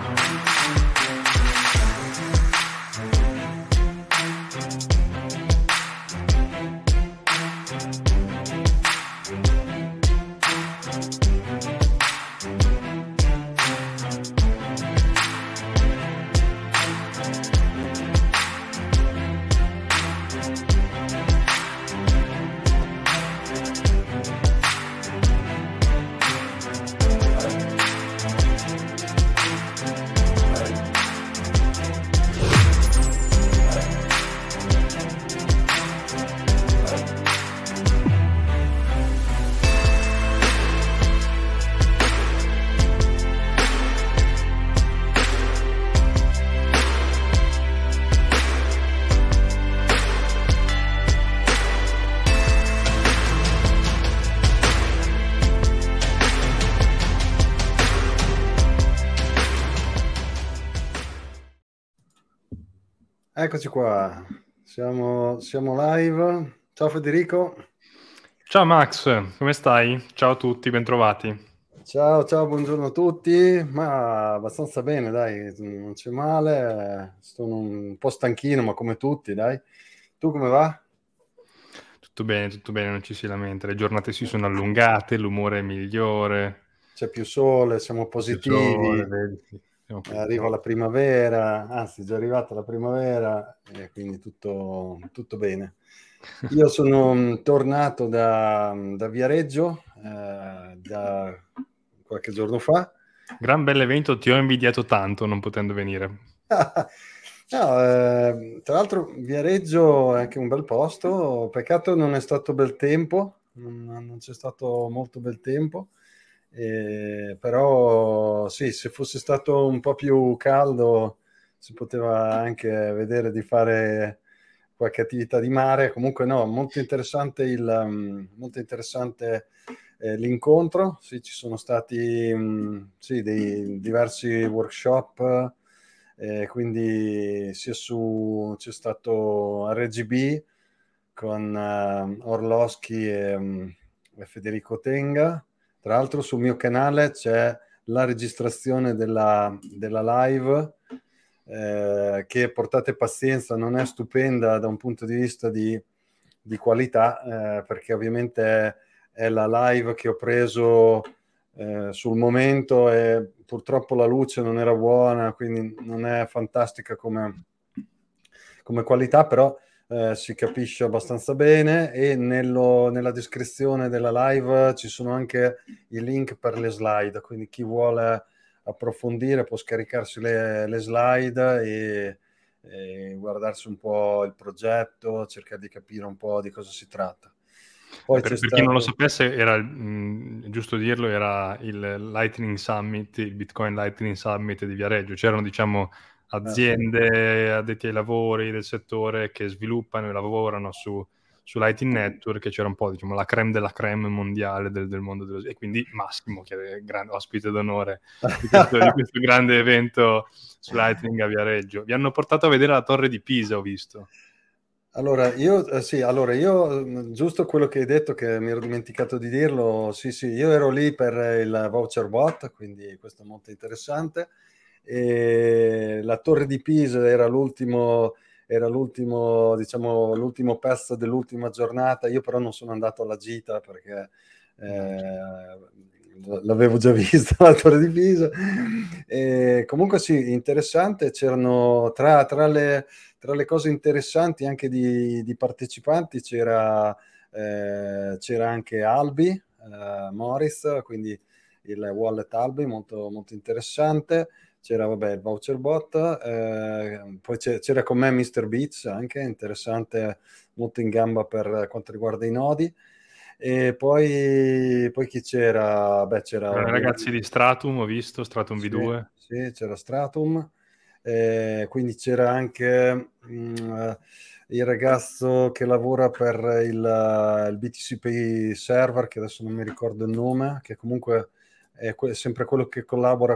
Eccoci qua, siamo live. Ciao Federico. Ciao Max, come stai? Ciao a tutti, bentrovati. Ciao, buongiorno a tutti. Ma abbastanza bene, dai, non c'è male. Sono un po' stanchino, ma come tutti, dai. Tu come va? Tutto bene, non ci si lamenta. Le giornate si sono allungate, l'umore è migliore. C'è più sole, siamo Più sole, positivi. vedi? Sì, Arriva la primavera, anzi, è già arrivata la primavera, e quindi tutto bene. Io sono tornato da Viareggio da qualche giorno fa. Gran bell'evento, ti ho invidiato tanto non potendo venire. No, tra l'altro Viareggio è anche un bel posto, peccato non è stato bel tempo, non c'è stato molto bel tempo, però sì, se fosse stato un po' più caldo si poteva anche vedere di fare qualche attività di mare. Comunque no, molto interessante l'incontro. Sì, ci sono stati sì, dei diversi workshop, quindi c'è stato RGB con Orlowski e Federico Tenga. Tra l'altro sul mio canale c'è la registrazione della live, che, portate pazienza, non è stupenda da un punto di vista di qualità, perché ovviamente è la live che ho preso sul momento e purtroppo la luce non era buona, quindi non è fantastica come qualità, però si capisce abbastanza bene, e nella descrizione della live ci sono anche i link per le slide, quindi chi vuole approfondire può scaricarsi le slide e guardarsi un po' il progetto, cercare di capire un po' di cosa si tratta. Poi c'è Per chi non lo stato... sapesse, era, giusto dirlo, era il Lightning Summit, il Bitcoin Lightning Summit di Viareggio. C'erano, diciamo, aziende addetti ai lavori del settore che sviluppano e lavorano su Lightning Network, e c'era un po', diciamo, la creme della creme mondiale del mondo e quindi Massimo, che è il grande ospite d'onore di questo grande evento su Lightning a Viareggio. Vi hanno portato a vedere la torre di Pisa, ho visto. Allora, giusto quello che hai detto, che mi ero dimenticato di dirlo, sì, io ero lì per il voucher bot, quindi questo è molto interessante. E la Torre di Pisa era l'ultimo, diciamo, l'ultimo pezzo dell'ultima giornata. Io però non sono andato alla gita perché l'avevo già vista la Torre di Pisa. E comunque sì, interessante. C'erano tra le cose interessanti anche di partecipanti, c'era anche Albi, Morris, quindi il wallet Albi, molto, molto interessante. C'era, vabbè, il voucher bot, poi c'era con me Mr. Beats, anche interessante, molto in gamba per quanto riguarda i nodi. E poi chi c'era? Beh, c'era I ragazzi ovviamente... di Stratum, ho visto, Stratum Sì, V2. sì, c'era Stratum, quindi c'era anche il ragazzo che lavora per il BTCP server, che adesso non mi ricordo il nome, che comunque è sempre quello che collabora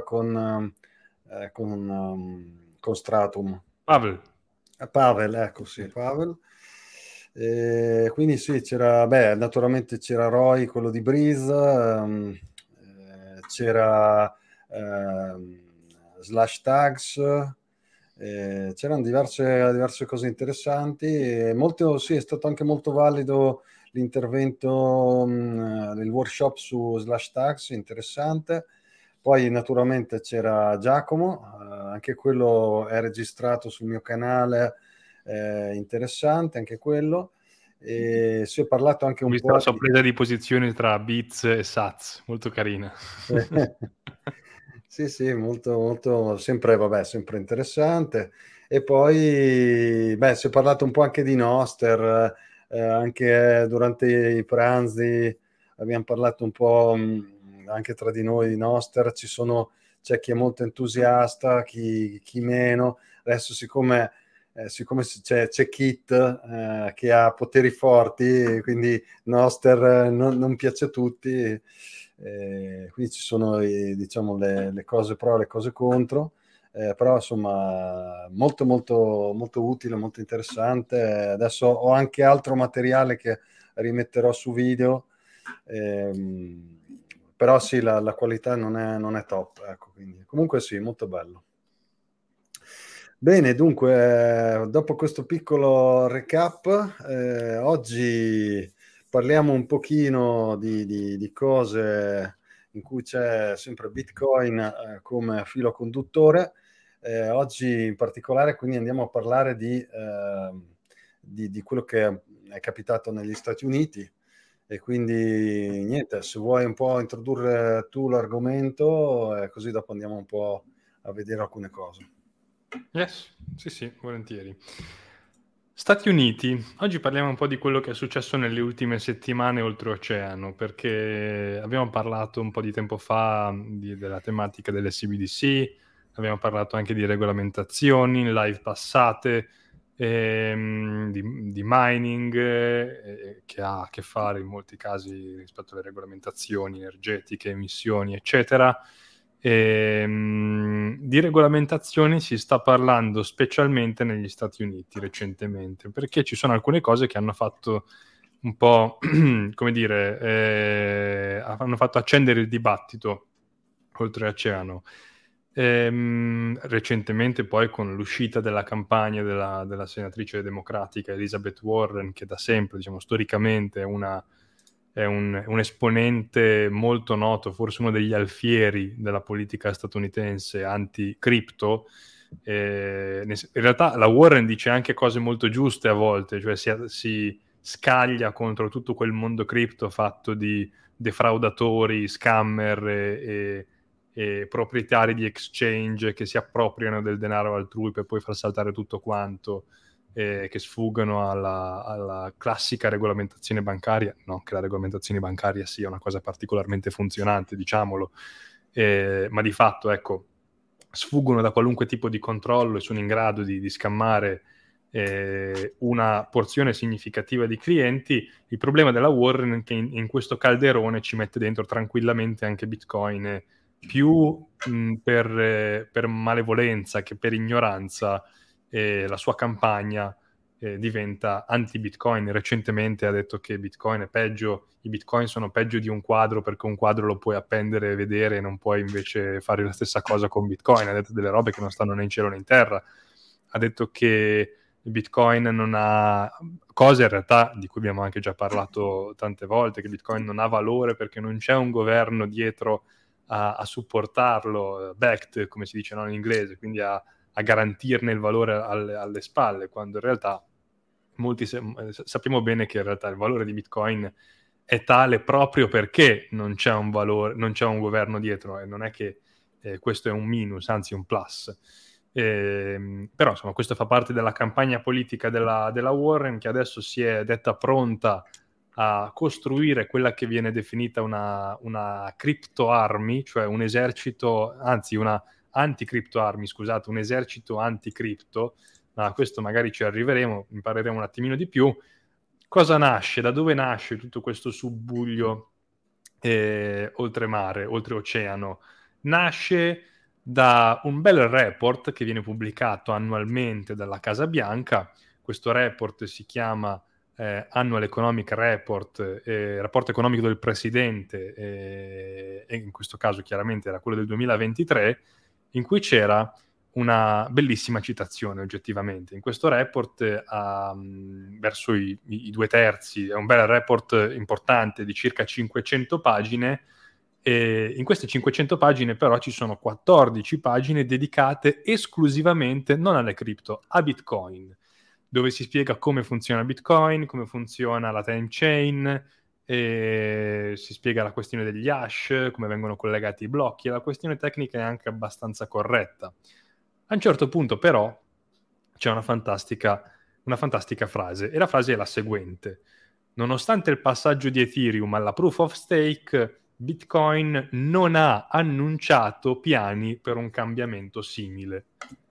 con Stratum. Pavel. Pavel, ecco, sì, Pavel. Quindi sì, naturalmente c'era Roy, quello di Breeze, c'era slash tags, c'erano diverse cose interessanti, e sì, è stato anche molto valido l'intervento, il workshop su slash tags, interessante. Poi naturalmente c'era Giacomo, anche quello è registrato sul mio canale, interessante anche quello. E si è parlato anche Ho un visto la po' sua presa di posizione tra Beats e Sats, molto carina. Sì, sì, molto, molto, sempre, vabbè, sempre interessante. E poi, beh, si è parlato un po' anche di Noster, anche durante i pranzi abbiamo parlato un po', anche tra di noi di Noster. C'è chi è molto entusiasta, chi meno. Adesso, siccome c'è Kit, che ha poteri forti, quindi Noster, non piace a tutti. Quindi ci sono, diciamo, le cose pro e le cose contro, però insomma molto molto molto utile, molto interessante. Adesso ho anche altro materiale che rimetterò su video, ehm, però sì, la qualità non è top, ecco, quindi comunque sì, molto bello. Bene, dunque, dopo questo piccolo recap, oggi parliamo un pochino di cose in cui c'è sempre Bitcoin, come filo conduttore. Oggi in particolare quindi andiamo a parlare di quello che è capitato negli Stati Uniti, e quindi niente, se vuoi un po' introdurre tu l'argomento, così dopo andiamo un po' a vedere alcune cose. Yes, sì, sì, volentieri. Stati Uniti. Oggi parliamo un po' di quello che è successo nelle ultime settimane oltreoceano, perché abbiamo parlato un po' di tempo fa della tematica delle CBDC, abbiamo parlato anche di regolamentazioni in live passate, di mining, che ha a che fare in molti casi rispetto alle regolamentazioni energetiche, emissioni, eccetera. Di regolamentazioni si sta parlando specialmente negli Stati Uniti recentemente, perché ci sono alcune cose che hanno fatto un po', come dire, hanno fatto accendere il dibattito oltreoceano. Recentemente poi con l'uscita della campagna della senatrice democratica Elizabeth Warren, che da sempre, diciamo, storicamente è un esponente molto noto, forse uno degli alfieri della politica statunitense anti-cripto. In realtà la Warren dice anche cose molto giuste a volte, cioè si scaglia contro tutto quel mondo cripto fatto di defraudatori, scammer e proprietari di exchange che si appropriano del denaro altrui per poi far saltare tutto quanto, che sfuggono alla classica regolamentazione bancaria. Non che la regolamentazione bancaria sia una cosa particolarmente funzionante, diciamolo, ma di fatto, ecco, sfuggono da qualunque tipo di controllo e sono in grado di scammare una porzione significativa di clienti. Il problema della Warren è che in questo calderone ci mette dentro tranquillamente anche Bitcoin, più per malevolenza che per ignoranza. La sua campagna diventa anti-Bitcoin. Recentemente ha detto che Bitcoin è peggio, i Bitcoin sono peggio di un quadro, perché un quadro lo puoi appendere e vedere e non puoi invece fare la stessa cosa con Bitcoin. Ha detto delle robe che non stanno né in cielo né in terra. Ha detto che Bitcoin non ha cose, in realtà, di cui abbiamo anche già parlato tante volte, che Bitcoin non ha valore perché non c'è un governo dietro a supportarlo, backed, come si dice, no, in inglese, quindi a garantirne il valore alle spalle, quando in realtà sappiamo bene che in realtà il valore di Bitcoin è tale proprio perché non c'è un valore, non c'è un governo dietro, e non è che questo è un minus, anzi un plus. Però insomma questo fa parte della campagna politica della Warren, che adesso si è detta pronta a costruire quella che viene definita una crypto army, cioè un esercito, anzi una anti-crypto army, scusate, un esercito anti-cripto. Ma questo magari ci arriveremo, impareremo un attimino di più. Cosa nasce? Da dove nasce tutto questo subbuglio oltremare, oltreoceano? Nasce da un bel report che viene pubblicato annualmente dalla Casa Bianca. Questo report si chiama Annual Economic Report, rapporto economico del presidente, e in questo caso chiaramente era quello del 2023, in cui c'era una bellissima citazione oggettivamente. In questo report, verso i 2/3, è un bel report importante di circa 500 pagine, e in queste 500 pagine però ci sono 14 pagine dedicate esclusivamente non alle cripto, a Bitcoin, dove si spiega come funziona Bitcoin, come funziona la time chain, e si spiega la questione degli hash, come vengono collegati i blocchi, e la questione tecnica è anche abbastanza corretta. A un certo punto però c'è una fantastica frase, e la frase è la seguente: nonostante il passaggio di Ethereum alla Proof of Stake, Bitcoin non ha annunciato piani per un cambiamento simile.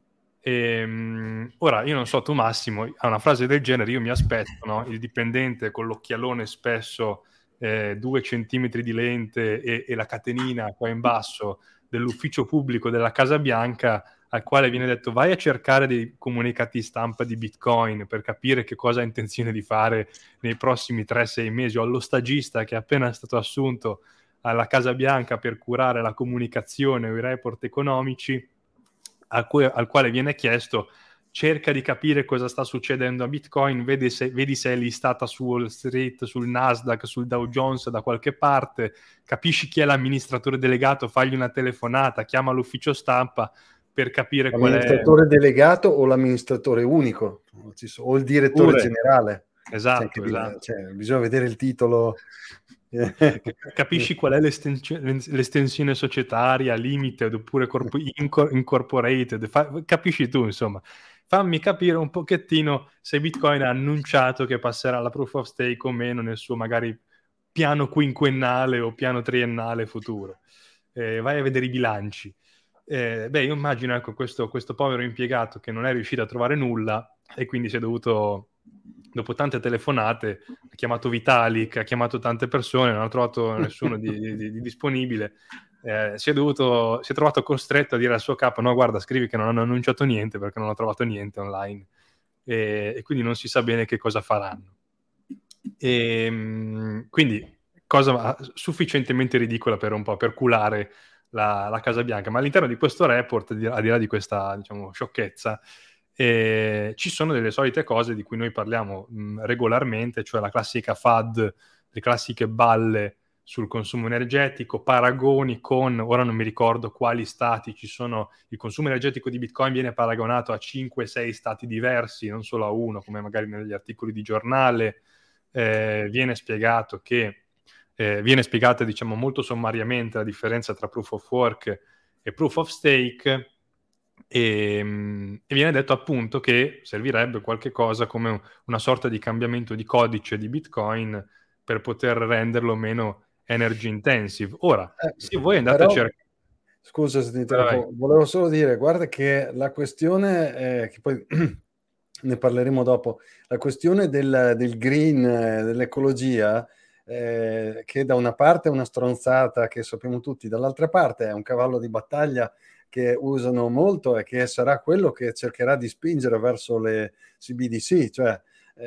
Ora, io non so tu Massimo, a una frase del genere io mi aspetto, no? Il dipendente con l'occhialone spesso 2 centimetri di lente e la catenina qua in basso dell'ufficio pubblico della Casa Bianca, al quale viene detto vai a cercare dei comunicati stampa di Bitcoin per capire che cosa ha intenzione di fare nei prossimi 3-6 mesi, o allo stagista che è appena stato assunto alla Casa Bianca per curare la comunicazione o i report economici, al quale viene chiesto cerca di capire cosa sta succedendo a Bitcoin, vedi se è listata su Wall Street, sul Nasdaq, sul Dow Jones da qualche parte, capisci chi è l'amministratore delegato, fagli una telefonata, chiama l'ufficio stampa per capire qual è... L'amministratore delegato o l'amministratore unico, o il direttore generale. Esatto. Bisogna vedere il titolo. Capisci qual è l'estensione societaria, limited oppure incorporated, capisci tu, insomma. Fammi capire un pochettino se Bitcoin ha annunciato che passerà alla proof of stake o meno nel suo magari piano quinquennale o piano triennale futuro. Vai a vedere i bilanci. Io immagino, ecco, questo povero impiegato che non è riuscito a trovare nulla e quindi si è dovuto, dopo tante telefonate, ha chiamato Vitalik, ha chiamato tante persone, non ha trovato nessuno di disponibile, si è trovato costretto a dire al suo capo no guarda, scrivi che non hanno annunciato niente perché non ho trovato niente online, e quindi non si sa bene che cosa faranno. Quindi cosa sufficientemente ridicola per un po' per culare la Casa Bianca, ma all'interno di questo report, al di là di questa, diciamo, sciocchezza, ci sono delle solite cose di cui noi parliamo regolarmente, cioè la classica FAD, le classiche balle sul consumo energetico, paragoni con, ora non mi ricordo quali stati ci sono, il consumo energetico di Bitcoin viene paragonato a 5-6 stati diversi, non solo a uno, come magari negli articoli di giornale. Viene spiegato che viene spiegata, diciamo, molto sommariamente la differenza tra proof of work e proof of stake, e viene detto appunto che servirebbe qualche cosa come una sorta di cambiamento di codice di Bitcoin per poter renderlo meno energy intensive. Ora, se voi andate a cercare... Scusa se ti interrompo, volevo solo dire, guarda che la questione, che poi ne parleremo dopo, la questione del green, dell'ecologia, che da una parte è una stronzata che sappiamo tutti, dall'altra parte è un cavallo di battaglia che usano molto e che sarà quello che cercherà di spingere verso le CBDC, cioè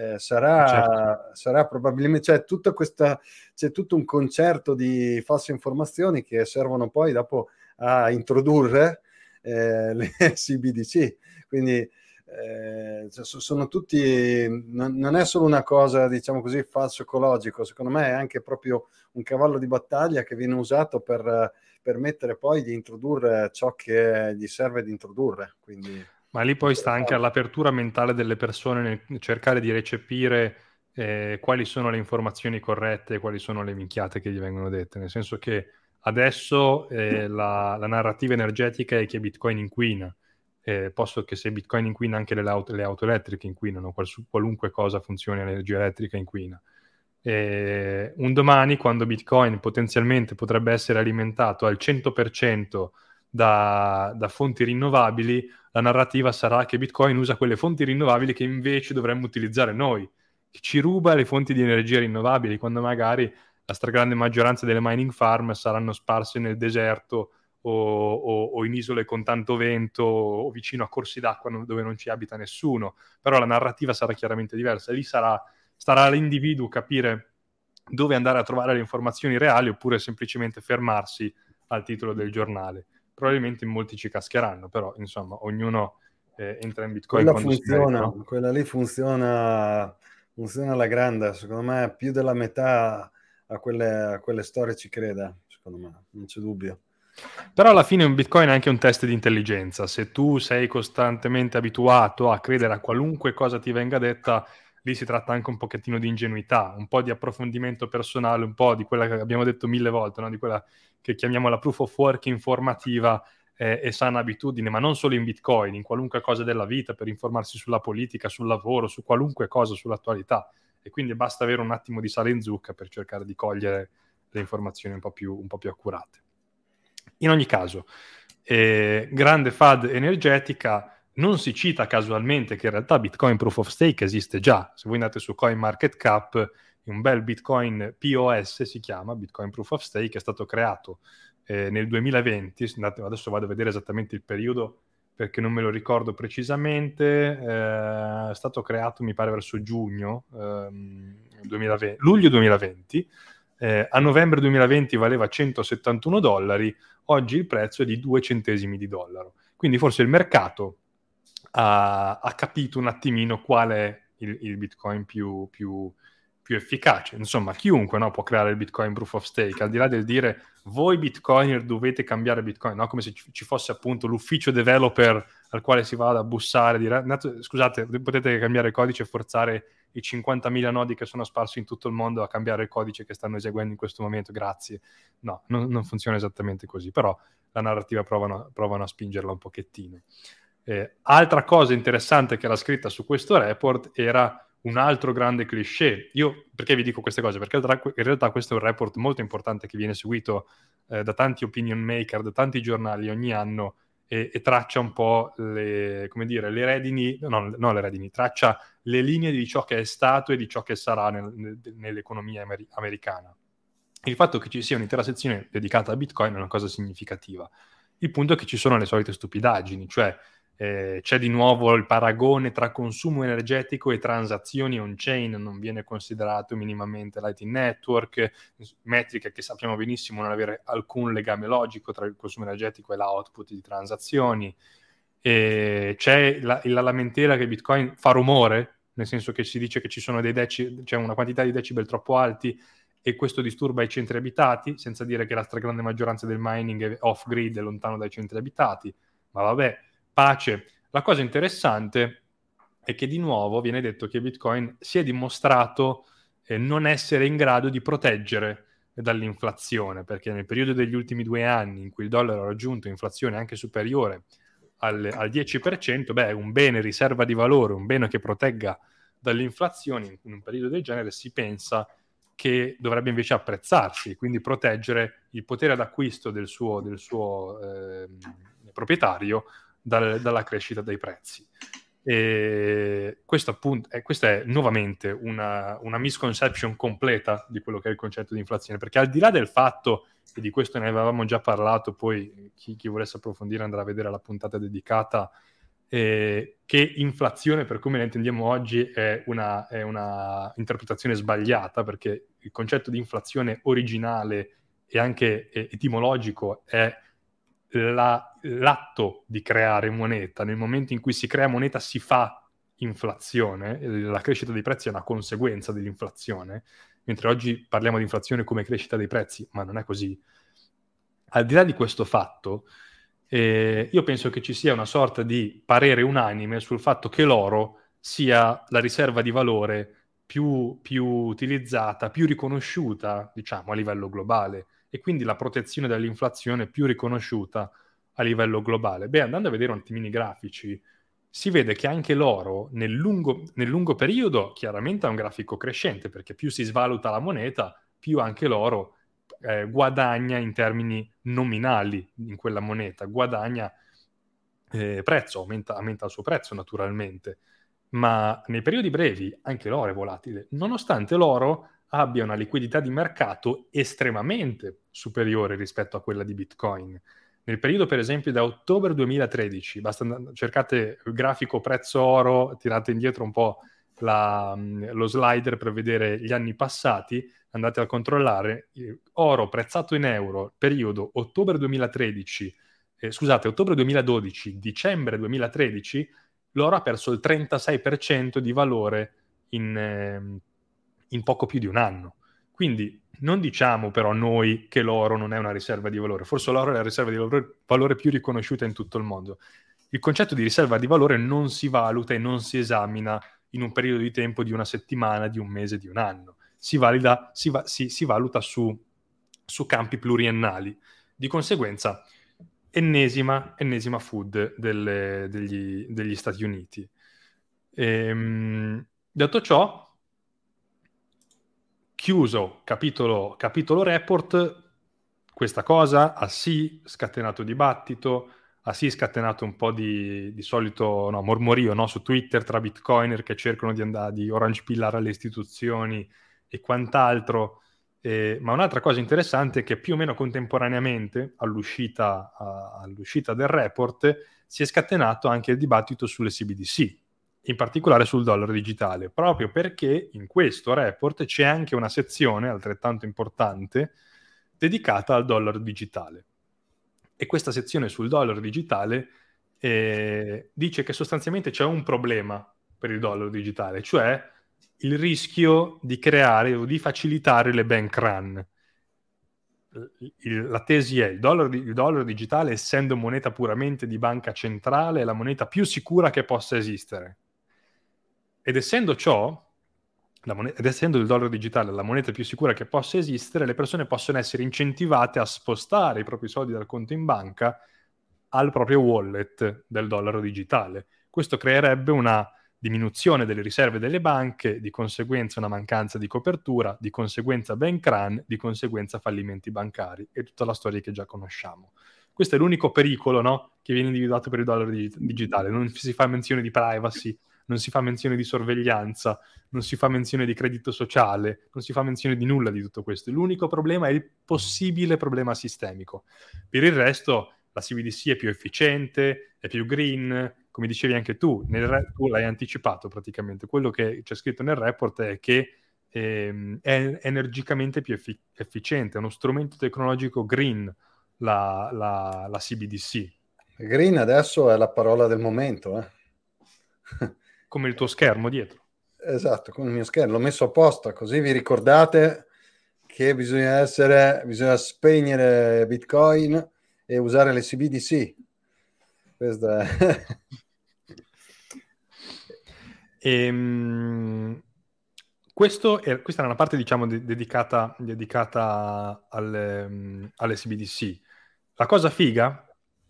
sarà probabilmente, c'è tutto un concerto di false informazioni che servono poi dopo a introdurre le CBDC, quindi sono tutti, non è solo una cosa, diciamo così, falso ecologico, secondo me è anche proprio un cavallo di battaglia che viene usato per permettere poi di introdurre ciò che gli serve di introdurre. Quindi, ma lì poi sta anche all'apertura mentale delle persone nel cercare di recepire quali sono le informazioni corrette e quali sono le minchiate che gli vengono dette, nel senso che adesso la narrativa energetica è che Bitcoin inquina, posto che se Bitcoin inquina anche le auto elettriche inquinano, qualunque cosa funzioni all'energia elettrica inquina. Un domani, quando Bitcoin potenzialmente potrebbe essere alimentato al 100% da fonti rinnovabili, la narrativa sarà che Bitcoin usa quelle fonti rinnovabili che invece dovremmo utilizzare noi, che ci ruba le fonti di energia rinnovabili, quando magari la stragrande maggioranza delle mining farm saranno sparse nel deserto o in isole con tanto vento o vicino a corsi d'acqua dove non ci abita nessuno. Però la narrativa sarà chiaramente diversa, e lì starà all'individuo capire dove andare a trovare le informazioni reali oppure semplicemente fermarsi al titolo del giornale. probabilmente in molti ci cascheranno, però insomma ognuno entra in Bitcoin quando si merita, no? Quella lì funziona alla grande, secondo me più della metà a quelle storie ci crede, secondo me, non c'è dubbio. Però alla fine un Bitcoin è anche un test di intelligenza. Se tu sei costantemente abituato a credere a qualunque cosa ti venga detta, lì si tratta anche un pochettino di ingenuità, un po' di approfondimento personale, un po' di quella che abbiamo detto 1000 volte, no? Di quella che chiamiamo la proof of work informativa e sana abitudine, ma non solo in Bitcoin, in qualunque cosa della vita, per informarsi sulla politica, sul lavoro, su qualunque cosa, sull'attualità. E quindi basta avere un attimo di sale in zucca per cercare di cogliere le informazioni un po' più accurate. In ogni caso, grande FUD energetica, non si cita casualmente che in realtà Bitcoin Proof of Stake esiste già. Se voi andate su CoinMarketCap, un bel Bitcoin POS si chiama, Bitcoin Proof of Stake, è stato creato nel 2020, adesso vado a vedere esattamente il periodo perché non me lo ricordo precisamente, è stato creato mi pare verso giugno 2020, luglio 2020, a novembre 2020 valeva $171, oggi il prezzo è di 2 centesimi di dollaro. Quindi forse il mercato ha capito un attimino qual è il Bitcoin più efficace. Insomma, chiunque, no, può creare il Bitcoin Proof of Stake, al di là del dire voi Bitcoiner dovete cambiare Bitcoin, no? Come se ci fosse appunto l'ufficio developer al quale si va a bussare e dire scusate, potete cambiare il codice e forzare i 50.000 nodi che sono sparsi in tutto il mondo a cambiare il codice che stanno eseguendo in questo momento, grazie. No, non funziona esattamente così, però la narrativa provano a spingerla un pochettino. Altra cosa interessante che era scritta su questo report era un altro grande cliché. Io perché vi dico queste cose? Perché in realtà questo è un report molto importante che viene seguito da tanti opinion maker, da tanti giornali ogni anno e traccia un po' le redini, no, le redini, traccia le linee di ciò che è stato e di ciò che sarà nell'economia americana. Il fatto che ci sia un'intera sezione dedicata a Bitcoin è una cosa significativa. Il punto è che ci sono le solite stupidaggini, cioè c'è di nuovo il paragone tra consumo energetico e transazioni on-chain, non viene considerato minimamente Lightning Network, metriche che sappiamo benissimo non avere alcun legame logico tra il consumo energetico e l'output di transazioni. C'è la lamentela che Bitcoin fa rumore, nel senso che si dice che ci sono c'è una quantità di decibel troppo alti e questo disturba i centri abitati, senza dire che la stragrande maggioranza del mining è off-grid e lontano dai centri abitati, ma vabbè, pace. La cosa interessante è che di nuovo viene detto che Bitcoin si è dimostrato non essere in grado di proteggere dall'inflazione, perché nel periodo degli ultimi 2 anni in cui il dollaro ha raggiunto inflazione anche superiore al 10%, beh, un bene riserva di valore, un bene che protegga dall'inflazione in un periodo del genere si pensa che dovrebbe invece apprezzarsi, quindi proteggere il potere d'acquisto del suo proprietario dalla crescita dei prezzi. E questo appunto questa è nuovamente una misconception completa di quello che è il concetto di inflazione, perché al di là del fatto, e di questo ne avevamo già parlato, poi chi volesse approfondire andrà a vedere la puntata dedicata, che inflazione per come la intendiamo oggi è una interpretazione sbagliata, perché il concetto di inflazione originale e anche etimologico è l'atto di creare moneta. Nel momento in cui si crea moneta si fa inflazione, la crescita dei prezzi è una conseguenza dell'inflazione, mentre oggi parliamo di inflazione come crescita dei prezzi, ma non è così. Al di là di questo fatto, io penso che ci sia una sorta di parere unanime sul fatto che l'oro sia la riserva di valore più utilizzata, più riconosciuta, diciamo, a livello globale, e quindi la protezione dall'inflazione più riconosciuta a livello globale. Beh, andando a vedere un attimino i grafici, si vede che anche l'oro nel lungo periodo chiaramente ha un grafico crescente, perché più si svaluta la moneta, più anche l'oro guadagna in nominali in quella moneta, guadagna prezzo, aumenta il suo prezzo naturalmente, ma nei periodi brevi anche l'oro è volatile, nonostante l'oro abbia una liquidità di mercato estremamente superiore rispetto a quella di Bitcoin. Nel periodo, per esempio, da ottobre 2013, basta cercate il grafico prezzo oro, tirate indietro un po' lo slider per vedere gli anni passati, andate a controllare, oro prezzato in euro, periodo ottobre 2013 ottobre 2012, dicembre 2013, l'oro ha perso il 36% di valore in poco più di un anno. Quindi non diciamo però noi che l'oro non è una riserva di valore, forse l'oro è la riserva di valore più riconosciuta in tutto il mondo. Il concetto di riserva di valore non si valuta e non si esamina in un periodo di tempo di una settimana, di un mese, di un anno. Si valuta su campi pluriennali. Di conseguenza, ennesima food degli Stati Uniti. Detto ciò, chiuso capitolo report, questa cosa ha sì scatenato dibattito, ha sì scatenato un po' di solito mormorio, no, su Twitter tra bitcoiner che cercano di orange pillare le istituzioni e quant'altro. Ma un'altra cosa interessante è che più o meno contemporaneamente all'uscita del report si è scatenato anche il dibattito sulle CBDC, in particolare sul dollaro digitale, proprio perché in questo report c'è anche una sezione altrettanto importante dedicata al dollaro digitale. E questa sezione sul dollaro digitale dice che sostanzialmente c'è un problema per il dollaro digitale, cioè il rischio di creare o di facilitare le bank run. La tesi è il dollaro digitale, essendo moneta puramente di banca centrale, è la moneta più sicura che possa esistere. Ed essendo ciò, ed essendo il dollaro digitale la moneta più sicura che possa esistere, le persone possono essere incentivate a spostare i propri soldi dal conto in banca al proprio wallet del dollaro digitale. Questo creerebbe una diminuzione delle riserve delle banche, di conseguenza una mancanza di copertura, di conseguenza bank run, di conseguenza fallimenti bancari e tutta la storia che già conosciamo. Questo è l'unico pericolo, no, che viene individuato per il dollaro digitale. Non si fa menzione di privacy, non si fa menzione di sorveglianza, non si fa menzione di credito sociale, non si fa menzione di nulla di tutto questo. L'unico problema è il possibile problema sistemico. Per il resto la CBDC è più efficiente, è più green, come dicevi anche tu, tu l'hai anticipato praticamente. Quello che c'è scritto nel report è che è energicamente più efficiente, è uno strumento tecnologico green la CBDC. Green adesso è la parola del momento, Come il tuo schermo dietro. Esatto, come il mio schermo, l'ho messo apposta, così vi ricordate che bisogna spegnere Bitcoin e usare le CBDC. Questa è... questa era una parte, diciamo, dedicata alle CBDC. La cosa figa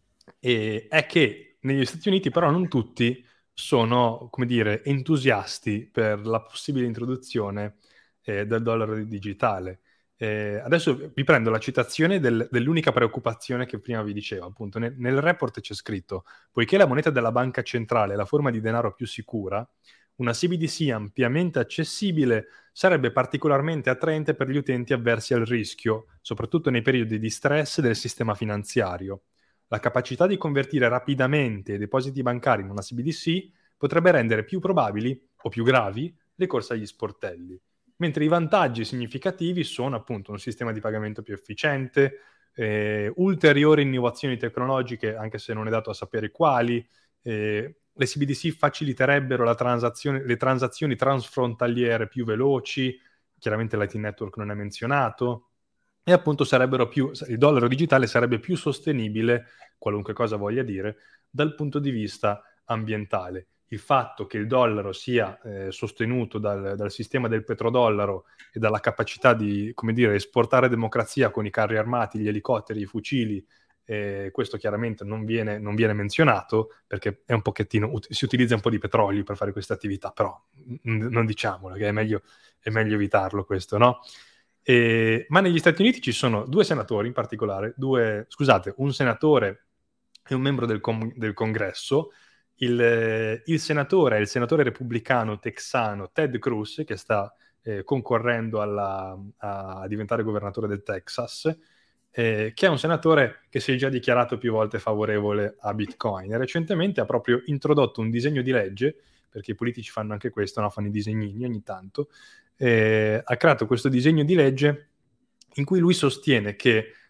è che negli Stati Uniti però non tutti sono, come dire, entusiasti per la possibile introduzione del dollaro digitale. Adesso vi prendo la citazione dell'unica preoccupazione che prima vi dicevo, appunto nel report c'è scritto: poiché la moneta della banca centrale è la forma di denaro più sicura, una CBDC ampiamente accessibile sarebbe particolarmente attraente per gli utenti avversi al rischio, soprattutto nei periodi di stress del sistema finanziario. La capacità di convertire rapidamente i depositi bancari in una CBDC potrebbe rendere più probabili o più gravi le corse agli sportelli, mentre i vantaggi significativi sono appunto un sistema di pagamento più efficiente, ulteriori innovazioni tecnologiche, anche se non è dato a sapere quali, le CBDC faciliterebbero le transazioni transfrontaliere più veloci, chiaramente Lightning Network non è menzionato, e appunto il dollaro digitale sarebbe più sostenibile, qualunque cosa voglia dire, dal punto di vista ambientale. Il fatto che il dollaro sia sostenuto dal sistema del petrodollaro e dalla capacità di, come dire, esportare democrazia con i carri armati, gli elicotteri, i fucili, questo chiaramente non viene menzionato perché è un pochettino, si utilizza un po' di petrolio per fare queste attività, però non diciamolo, che è meglio evitarlo questo, no? Ma negli Stati Uniti ci sono due senatori in particolare, un senatore e un membro del congresso. Il senatore è il senatore repubblicano texano Ted Cruz, che sta concorrendo a diventare governatore del Texas, che è un senatore che si è già dichiarato più volte favorevole a Bitcoin. E recentemente ha proprio introdotto un disegno di legge, perché i politici fanno anche questo, no? Fanno i disegnini ogni tanto. Ha creato questo disegno di legge in cui lui sostiene che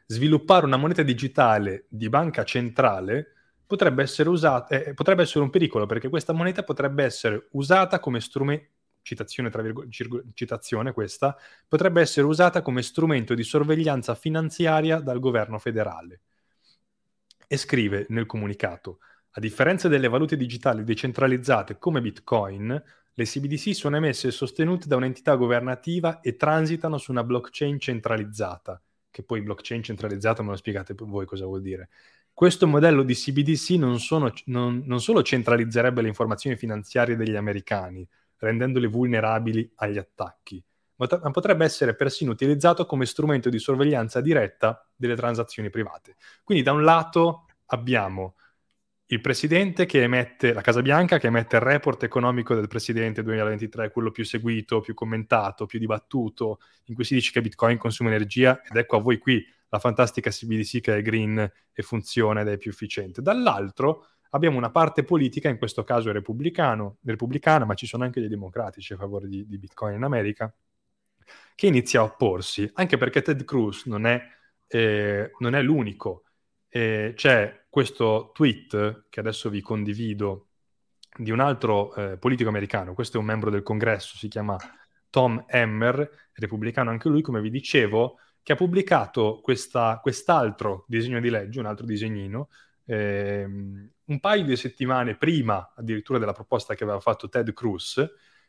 sviluppare una moneta digitale di banca centrale potrebbe essere un pericolo, perché questa moneta potrebbe essere usata come strumento, citazione citazione questa, potrebbe essere usata come strumento di sorveglianza finanziaria dal governo federale. E scrive nel comunicato: a differenza delle valute digitali decentralizzate come Bitcoin, le CBDC sono emesse e sostenute da un'entità governativa e transitano su una blockchain centralizzata, che poi blockchain centralizzata me lo spiegate voi cosa vuol dire. Questo modello di CBDC non solo centralizzerebbe le informazioni finanziarie degli americani, rendendole vulnerabili agli attacchi, ma potrebbe essere persino utilizzato come strumento di sorveglianza diretta delle transazioni private. Quindi da un lato abbiamo il presidente che emette, la Casa Bianca che emette il report economico del presidente 2023, quello più seguito, più commentato, più dibattuto, in cui si dice che Bitcoin consuma energia, ed ecco a voi qui la fantastica CBDC che è green e funziona ed è più efficiente. Dall'altro abbiamo una parte politica, in questo caso repubblicana, ma ci sono anche dei democratici a favore di Bitcoin in America, che inizia a opporsi, anche perché Ted Cruz non è l'unico. C'è questo tweet che adesso vi condivido di un altro politico americano, questo è un membro del congresso, si chiama Tom Emmer, repubblicano anche lui, come vi dicevo, che ha pubblicato quest'altro disegno di legge, un altro disegnino, un paio di settimane prima addirittura della proposta che aveva fatto Ted Cruz,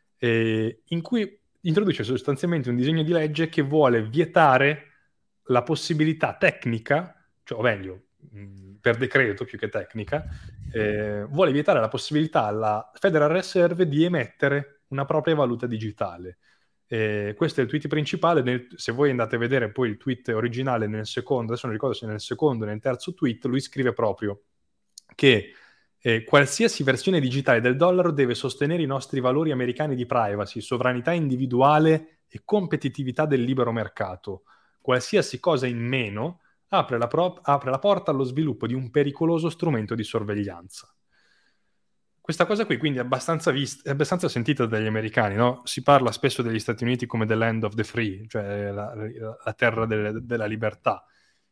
in cui introduce sostanzialmente un disegno di legge che vuole vietare la possibilità tecnica, cioè, o meglio, per decreto più che tecnica, vuole vietare la possibilità alla Federal Reserve di emettere una propria valuta digitale. Questo è il tweet principale. Se voi andate a vedere poi il tweet originale nel secondo, adesso non ricordo se nel secondo o nel terzo tweet, lui scrive proprio che qualsiasi versione digitale del dollaro deve sostenere i nostri valori americani di privacy, sovranità individuale e competitività del libero mercato. Qualsiasi cosa in meno apre la porta allo sviluppo di un pericoloso strumento di sorveglianza. Questa cosa qui quindi è abbastanza sentita dagli americani, no? Si parla spesso degli Stati Uniti come the land of the free, cioè la terra della libertà.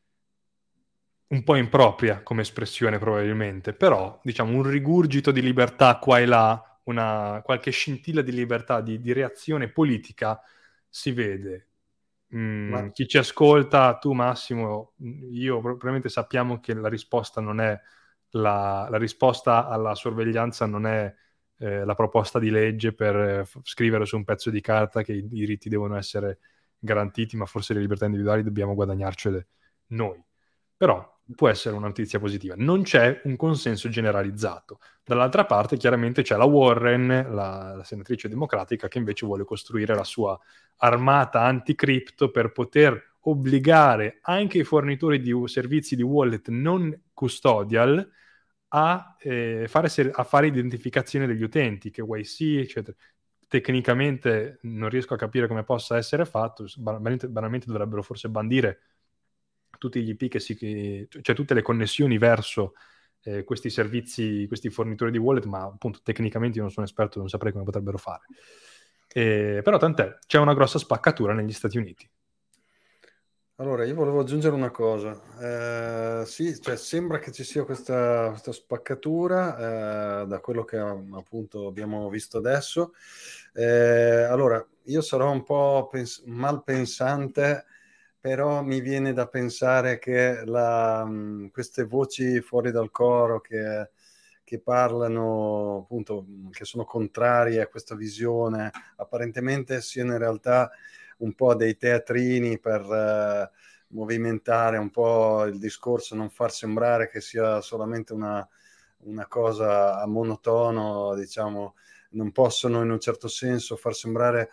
Un po' impropria come espressione probabilmente, però diciamo un rigurgito di libertà qua e là, qualche scintilla di libertà, di reazione politica si vede. Chi ci ascolta, tu Massimo, io probabilmente sappiamo che la risposta non è la risposta alla sorveglianza non è la proposta di legge per scrivere su un pezzo di carta che i diritti devono essere garantiti, ma forse le libertà individuali dobbiamo guadagnarcele noi. Però può essere una notizia positiva. Non c'è un consenso generalizzato. Dall'altra parte, chiaramente, c'è la Warren, la senatrice democratica, che invece vuole costruire la sua armata anticripto per poter obbligare anche i fornitori di servizi di wallet non custodial a fare identificazione degli utenti, KYC, eccetera. Tecnicamente non riesco a capire come possa essere fatto, banalmente dovrebbero forse bandire tutti gli IP cioè tutte le connessioni verso questi servizi, questi fornitori di wallet, ma appunto tecnicamente io non sono esperto, non saprei come potrebbero fare. Però tant'è, c'è una grossa spaccatura negli Stati Uniti. Allora, io volevo aggiungere una cosa. Sì, cioè, sembra che ci sia questa spaccatura da quello che appunto abbiamo visto adesso. Allora, io sarò un po' malpensante, però mi viene da pensare che queste voci fuori dal coro che parlano, appunto, che sono contrarie a questa visione, apparentemente siano in realtà un po' dei teatrini per movimentare un po' il discorso, non far sembrare che sia solamente una cosa a monotono, diciamo. Non possono in un certo senso far sembrare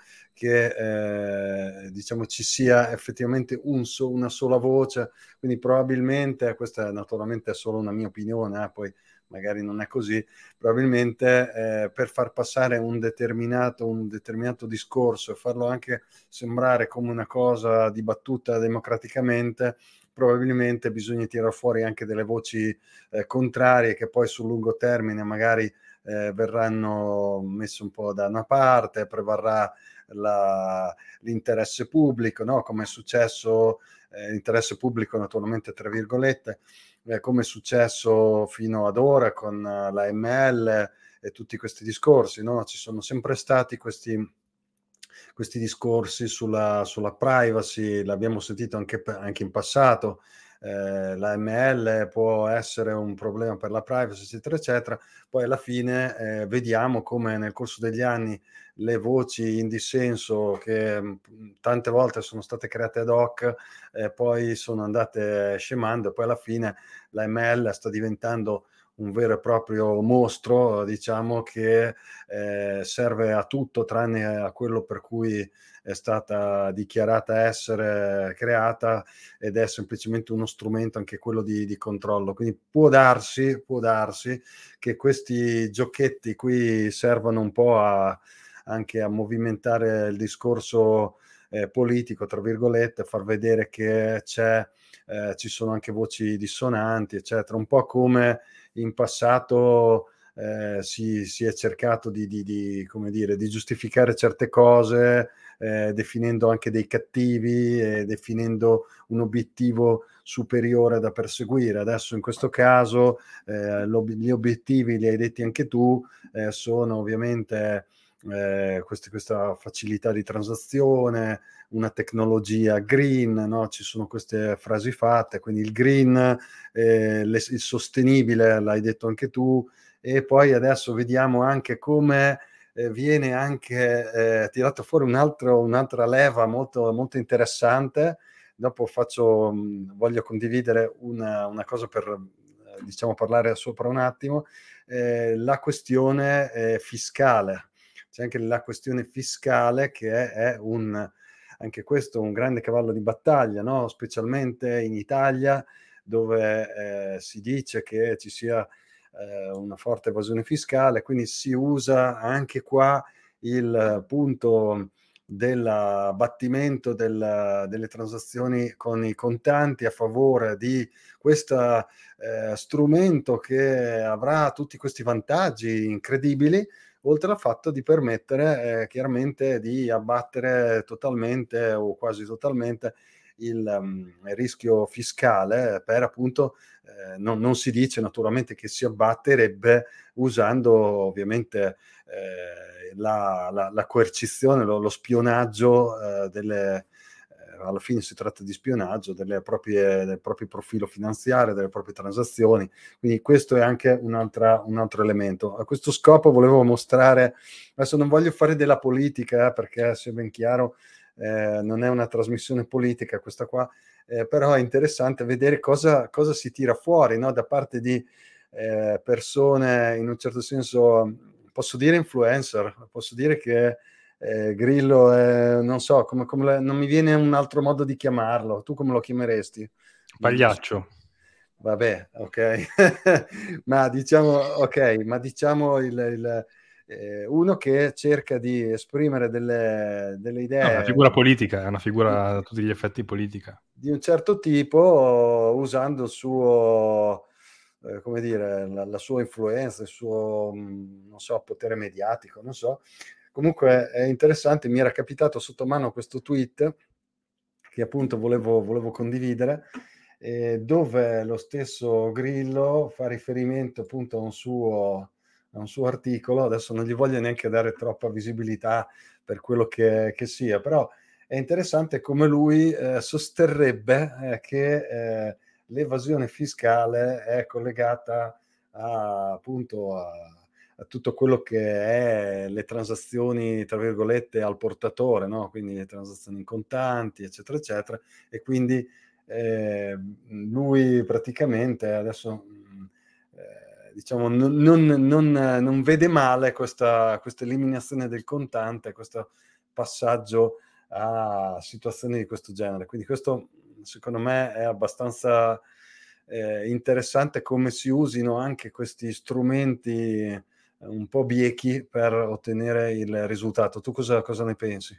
che diciamo ci sia effettivamente una sola voce, quindi probabilmente, questa naturalmente è solo una mia opinione, poi magari non è così, probabilmente per far passare un determinato discorso e farlo anche sembrare come una cosa dibattuta democraticamente, probabilmente bisogna tirare fuori anche delle voci contrarie che poi sul lungo termine magari verranno messe un po' da una parte, prevarrà l'interesse pubblico, no? Come è successo interesse pubblico naturalmente tra virgolette, come è successo fino ad ora con l'AML e tutti questi discorsi, no? Ci sono sempre stati questi discorsi sulla privacy, l'abbiamo sentito anche in passato, l'AML può essere un problema per la privacy, eccetera, eccetera. Poi alla fine vediamo come nel corso degli anni le voci in dissenso che tante volte sono state create ad hoc, poi sono andate scemando e poi alla fine l'AML sta diventando un vero e proprio mostro, diciamo, che serve a tutto tranne a quello per cui è stata dichiarata essere creata, ed è semplicemente uno strumento anche quello di controllo. Quindi può darsi che questi giochetti qui servano un po' anche a movimentare il discorso politico, tra virgolette, far vedere che ci sono anche voci dissonanti, eccetera, un po' come in passato si è cercato come dire, di giustificare certe cose, definendo anche dei cattivi e definendo un obiettivo superiore da perseguire. Adesso in questo caso gli obiettivi, li hai detti anche tu, sono ovviamente questa facilità di transazione, una tecnologia green, no? Ci sono queste frasi fatte, quindi il green, il sostenibile, l'hai detto anche tu, e poi adesso vediamo anche come viene anche tirato fuori un'altra leva molto, molto interessante. Dopo voglio condividere una cosa per diciamo parlare sopra un attimo, la questione fiscale. C'è anche la questione fiscale che è anche questo un grande cavallo di battaglia, no? Specialmente in Italia, dove si dice che ci sia una forte evasione fiscale, quindi si usa anche qua il punto dell'abbattimento delle transazioni con i contanti a favore di questo strumento che avrà tutti questi vantaggi incredibili, oltre al fatto di permettere chiaramente di abbattere totalmente o quasi totalmente il rischio fiscale per appunto non si dice naturalmente che si abbatterebbe usando ovviamente la coercizione, lo spionaggio alla fine si tratta di spionaggio del proprio profilo finanziario, delle proprie transazioni, quindi questo è anche un altro elemento. A questo scopo volevo mostrare, adesso non voglio fare della politica perché sia ben chiaro non è una trasmissione politica questa qua, però è interessante vedere cosa si tira fuori, no? Da parte di persone in un certo senso, posso dire influencer, posso dire che Grillo è, non so, non mi viene un altro modo di chiamarlo. Tu come lo chiameresti? Pagliaccio. Vabbè, ok. Ma diciamo uno che cerca di esprimere delle No, è una idee figura politica, è una figura a tutti gli effetti politica. di un certo tipo, usando il suo, come dire, la sua influenza, il suo, non so, potere mediatico, non so. Comunque è interessante, mi era capitato sotto mano questo tweet che appunto volevo condividere, dove lo stesso Grillo fa riferimento appunto a un suo articolo. Adesso non gli voglio neanche dare troppa visibilità per quello che sia, però è interessante come lui sosterrebbe che l'evasione fiscale è collegata appunto a tutto quello che è le transazioni, tra virgolette, al portatore, no? Quindi le transazioni in contanti, eccetera, eccetera. E quindi lui praticamente adesso diciamo non vede male questa eliminazione del contante, questo passaggio a situazioni di questo genere. Quindi questo secondo me è abbastanza interessante, come si usino anche questi strumenti un po' biechi per ottenere il risultato. Tu cosa ne pensi?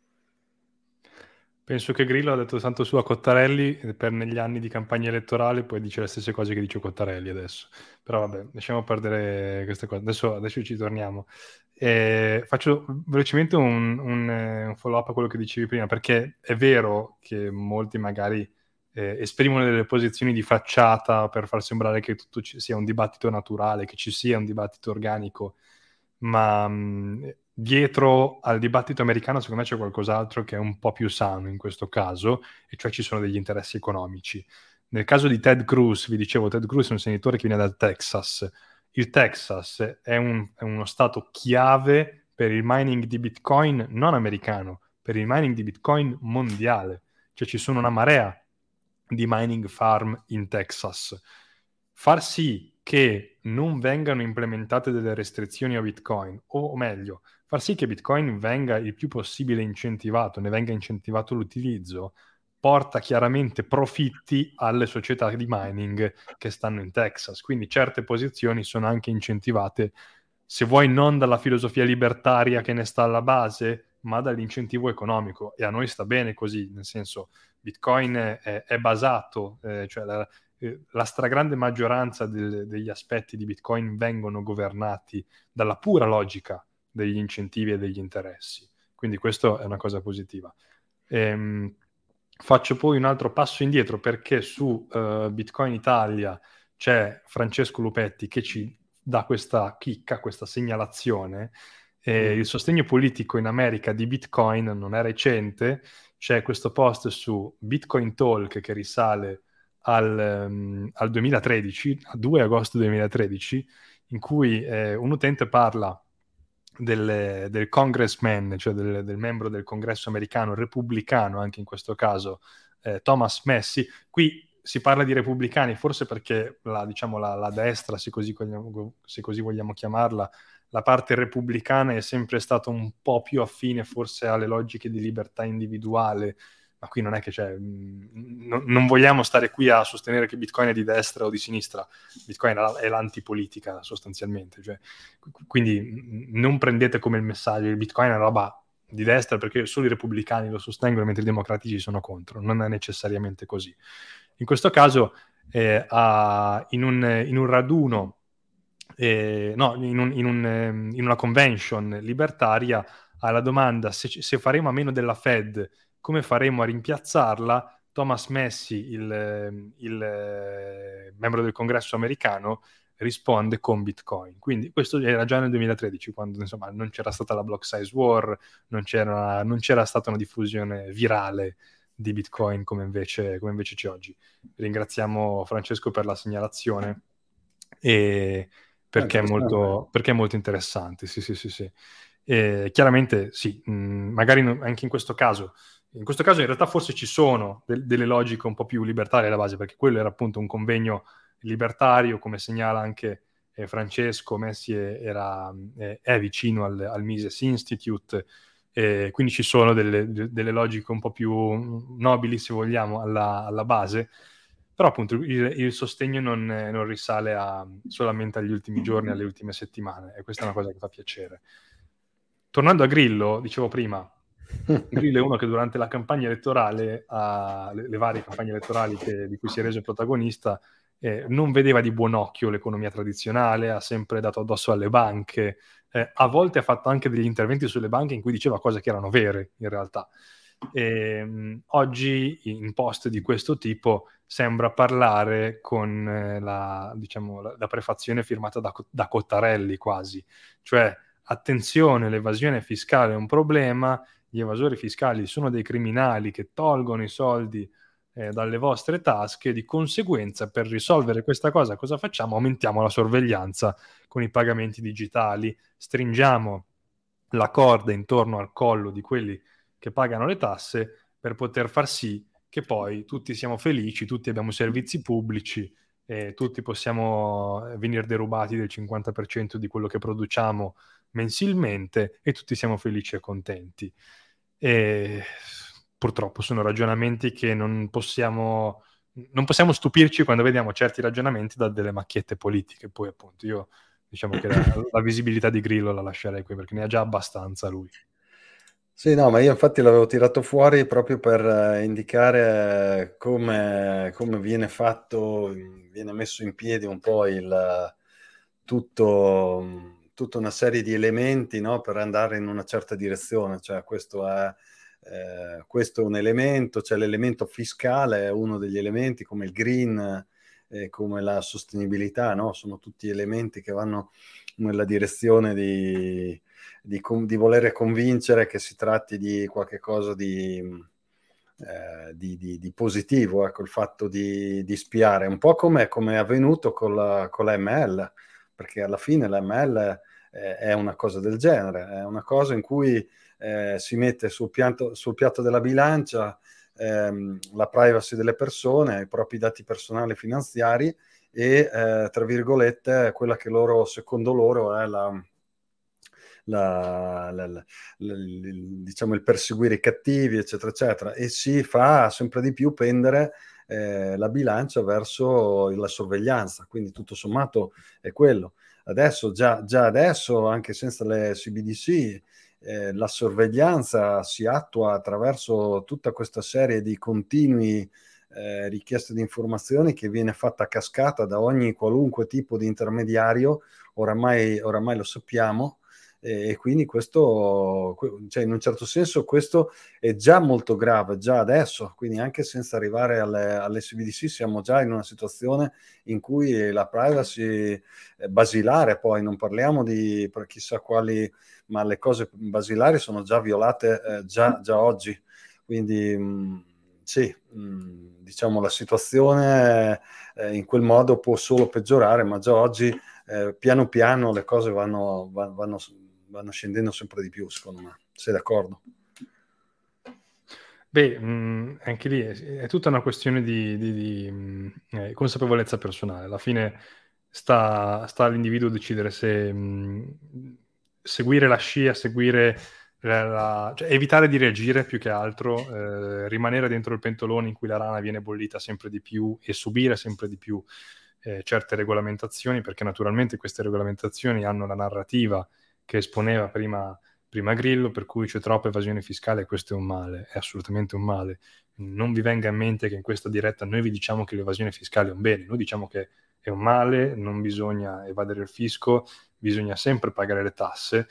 Penso che Grillo ha detto tanto su a Cottarelli negli anni di campagna elettorale, poi dice le stesse cose che dice Cottarelli adesso. Però vabbè, lasciamo perdere queste cose. Adesso ci torniamo. Faccio velocemente un follow-up a quello che dicevi prima, perché è vero che molti magari esprimono delle posizioni di facciata per far sembrare che tutto sia un dibattito naturale, che ci sia un dibattito organico, ma dietro al dibattito americano secondo me c'è qualcos'altro che è un po' più sano in questo caso, e cioè ci sono degli interessi economici. Nel caso di Ted Cruz, vi dicevo, Ted Cruz è un senatore che viene dal Texas. Il Texas è uno stato chiave per il mining di Bitcoin non americano, per il mining di Bitcoin mondiale. Cioè ci sono una marea di mining farm in Texas. Far sì che non vengano implementate delle restrizioni a Bitcoin, o meglio, far sì che Bitcoin venga il più possibile incentivato, ne venga incentivato l'utilizzo, porta chiaramente profitti alle società di mining che stanno in Texas. Quindi certe posizioni sono anche incentivate, se vuoi, non dalla filosofia libertaria che ne sta alla base, ma dall'incentivo economico. E a noi sta bene così, nel senso, Bitcoin è basato, cioè la stragrande maggioranza degli aspetti di Bitcoin vengono governati dalla pura logica degli incentivi e degli interessi. Quindi questo è una cosa positiva. Faccio poi un altro passo indietro perché su Bitcoin Italia c'è Francesco Lupetti che ci dà questa chicca, questa segnalazione. Il sostegno politico in America di Bitcoin non è recente, c'è questo post su Bitcoin Talk che risale al 2013, a 2 agosto 2013, in cui un utente parla del congressman, cioè del membro del congresso americano, repubblicano anche in questo caso, Thomas Massie. Qui si parla di repubblicani forse perché la destra, se così vogliamo chiamarla, la parte repubblicana è sempre stata un po' più affine forse alle logiche di libertà individuale, ma qui non è che non vogliamo stare qui a sostenere che Bitcoin è di destra o di sinistra. Bitcoin è l'antipolitica sostanzialmente, cioè, quindi non prendete come il messaggio che Bitcoin è una roba di destra perché solo i repubblicani lo sostengono mentre i democratici sono contro. Non è necessariamente così. In questo caso in un raduno, in una convention libertaria, alla domanda se faremo a meno della Fed, come faremo a rimpiazzarla, Thomas Massie, il membro del congresso americano, risponde con Bitcoin. Quindi questo era già nel 2013, quando insomma non c'era stata la block size war, non c'era stata una diffusione virale di Bitcoin come invece c'è oggi. Ringraziamo Francesco per la segnalazione e perché è molto interessante. Sì. E chiaramente sì, magari anche in questo caso in realtà forse ci sono delle logiche un po' più libertarie alla base, perché quello era appunto un convegno libertario, come segnala anche Francesco Massie, è vicino al Mises Institute, quindi ci sono delle logiche un po' più nobili, se vogliamo, alla base, però appunto il sostegno non risale solamente agli ultimi giorni, alle ultime settimane, e questa è una cosa che fa piacere. Tornando a Grillo, dicevo prima, Grillo è uno che durante la campagna elettorale, le varie campagne elettorali di cui si è reso protagonista, non vedeva di buon occhio l'economia tradizionale, ha sempre dato addosso alle banche, a volte ha fatto anche degli interventi sulle banche in cui diceva cose che erano vere in realtà. Oggi in post di questo tipo sembra parlare con la prefazione firmata da Cottarelli quasi, cioè attenzione, l'evasione fiscale è un problema, gli evasori fiscali sono dei criminali che tolgono i soldi dalle vostre tasche, di conseguenza per risolvere questa cosa cosa facciamo? Aumentiamo la sorveglianza con i pagamenti digitali, stringiamo la corda intorno al collo di quelli che pagano le tasse per poter far sì che poi tutti siamo felici, tutti abbiamo servizi pubblici, tutti possiamo venire derubati del 50% di quello che produciamo mensilmente e tutti siamo felici e contenti. E purtroppo sono ragionamenti che non possiamo stupirci quando vediamo certi ragionamenti da delle macchiette politiche. Poi appunto io diciamo che la visibilità di Grillo la lascerei qui perché ne ha già abbastanza lui. Sì, no, ma io infatti l'avevo tirato fuori proprio per indicare come viene messo in piedi un po' tutta una serie di elementi, no, per andare in una certa direzione. Cioè, questo è Questo è un elemento, c'è l'elemento fiscale, è uno degli elementi come il green, come la sostenibilità, no? Sono tutti elementi che vanno nella direzione di volere convincere che si tratti di qualche cosa di positivo, ecco, il fatto di spiare, un po' come è avvenuto con la ML, perché alla fine la ML è una cosa del genere, è una cosa in cui si mette sul piatto della bilancia la privacy delle persone, i propri dati personali finanziari e, tra virgolette, quella che secondo loro è diciamo il perseguire i cattivi, eccetera, eccetera, e si fa sempre di più pendere la bilancia verso la sorveglianza, quindi tutto sommato è quello. Adesso, già adesso, anche senza le CBDC, la sorveglianza si attua attraverso tutta questa serie di continui richieste di informazioni che viene fatta a cascata da ogni qualunque tipo di intermediario, oramai lo sappiamo, e quindi questo, cioè in un certo senso questo è già molto grave, già adesso, quindi anche senza arrivare alle CBDC siamo già in una situazione in cui la privacy basilare, poi non parliamo di chissà quali, ma le cose basilari sono già violate già oggi, quindi sì, diciamo la situazione in quel modo può solo peggiorare, ma già oggi piano piano le cose vanno scendendo sempre di più, secondo me. Sei d'accordo? Beh, anche lì è tutta una questione di consapevolezza personale. Alla fine sta all'individuo decidere se seguire la scia, seguire cioè evitare di reagire più che altro, rimanere dentro il pentolone in cui la rana viene bollita sempre di più e subire sempre di più certe regolamentazioni, perché naturalmente queste regolamentazioni hanno la narrativa che esponeva prima Grillo, per cui c'è troppa evasione fiscale e questo è un male, è assolutamente un male. Non vi venga in mente che in questa diretta noi vi diciamo che l'evasione fiscale è un bene, noi diciamo che è un male, non bisogna evadere il fisco, bisogna sempre pagare le tasse.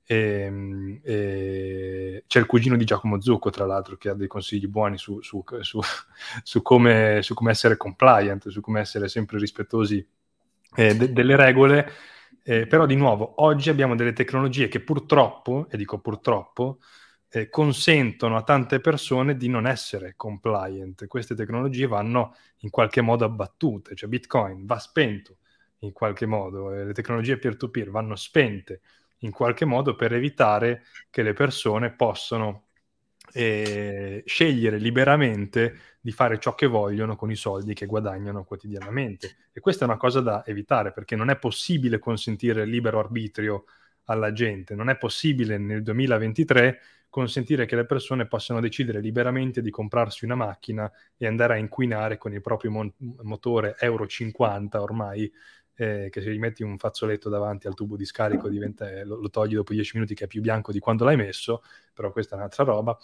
E c'è il cugino di Giacomo Zucco, tra l'altro, che ha dei consigli buoni su come essere compliant, su come essere sempre rispettosi delle regole. Però di nuovo, oggi abbiamo delle tecnologie che purtroppo, e dico purtroppo, consentono a tante persone di non essere compliant. Queste tecnologie vanno in qualche modo abbattute, cioè Bitcoin va spento in qualche modo, le tecnologie peer-to-peer vanno spente in qualche modo per evitare che le persone possano scegliere liberamente di fare ciò che vogliono con i soldi che guadagnano quotidianamente. E questa è una cosa da evitare, perché non è possibile consentire il libero arbitrio alla gente, non è possibile nel 2023 consentire che le persone possano decidere liberamente di comprarsi una macchina e andare a inquinare con il proprio motore Euro 50 ormai, che se gli metti un fazzoletto davanti al tubo di scarico lo togli dopo 10 minuti che è più bianco di quando l'hai messo, però questa è un'altra roba.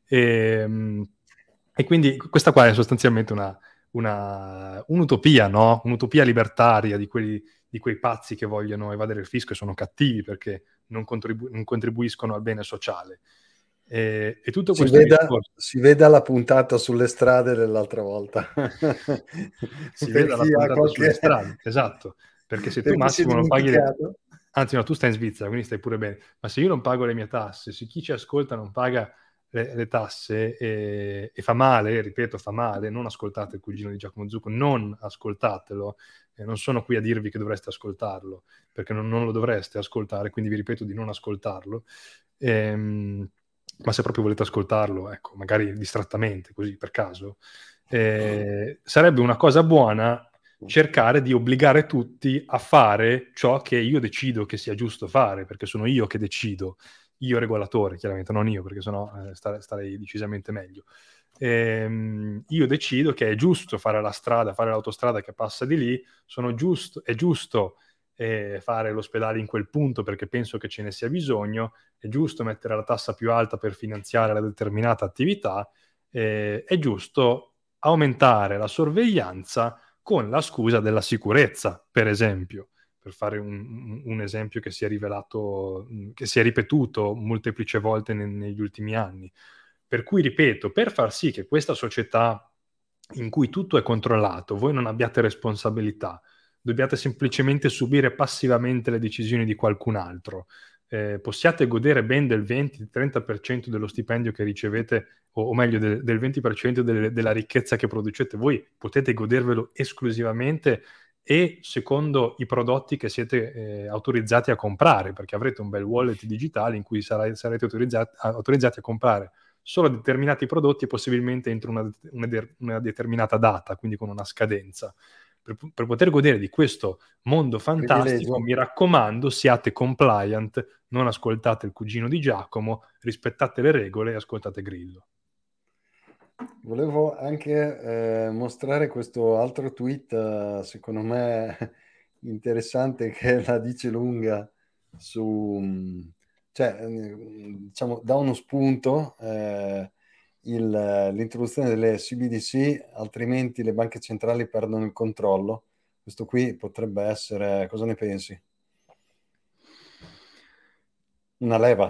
E quindi questa qua è sostanzialmente un'utopia, no? Un'utopia libertaria di quei pazzi che vogliono evadere il fisco e sono cattivi perché non contribuiscono al bene sociale. E tutto questo discorso si veda la puntata sulle strade dell'altra volta. si Per veda la chi ha puntata sulle qualche... strade, esatto, perché se tu per chi si è Massimo non paghi dimenticato. anzi no, tu stai in Svizzera, quindi stai pure bene, ma se io non pago le mie tasse, se chi ci ascolta non paga le tasse e fa male, ripeto, fa male, non ascoltate il cugino di Giacomo Zucco, non ascoltatelo, non sono qui a dirvi che dovreste ascoltarlo, perché non lo dovreste ascoltare, quindi vi ripeto di non ascoltarlo. Ma se proprio volete ascoltarlo, ecco, magari distrattamente, così per caso, sarebbe una cosa buona cercare di obbligare tutti a fare ciò che io decido che sia giusto fare, perché sono io che decido, io regolatore, chiaramente, non io, perché sennò starei decisamente meglio. Io decido che è giusto fare la strada, fare l'autostrada che passa di lì, è giusto fare l'ospedale in quel punto perché penso che ce ne sia bisogno, è giusto mettere la tassa più alta per finanziare la determinata attività, è giusto aumentare la sorveglianza con la scusa della sicurezza, per esempio, per fare un esempio che si è ripetuto molteplici volte negli ultimi anni. Per cui, ripeto, per far sì che questa società in cui tutto è controllato, voi non abbiate responsabilità, dobbiate semplicemente subire passivamente le decisioni di qualcun altro, possiate godere ben del 20-30% dello stipendio che ricevete, o meglio del 20% della ricchezza che producete voi, potete godervelo esclusivamente e secondo i prodotti che siete autorizzati a comprare, perché avrete un bel wallet digitale in cui sarete autorizzati a comprare solo determinati prodotti e possibilmente entro una determinata data, quindi con una scadenza. Per poter godere di questo mondo fantastico, Privilegio. mi raccomando, siate compliant, non ascoltate il cugino di Giacomo, rispettate le regole e ascoltate Grillo. Volevo anche mostrare questo altro tweet, secondo me interessante, che la dice lunga su, cioè, diciamo, dà uno spunto, l'introduzione delle CBDC, altrimenti le banche centrali perdono il controllo. Questo qui potrebbe essere, cosa ne pensi? Una leva.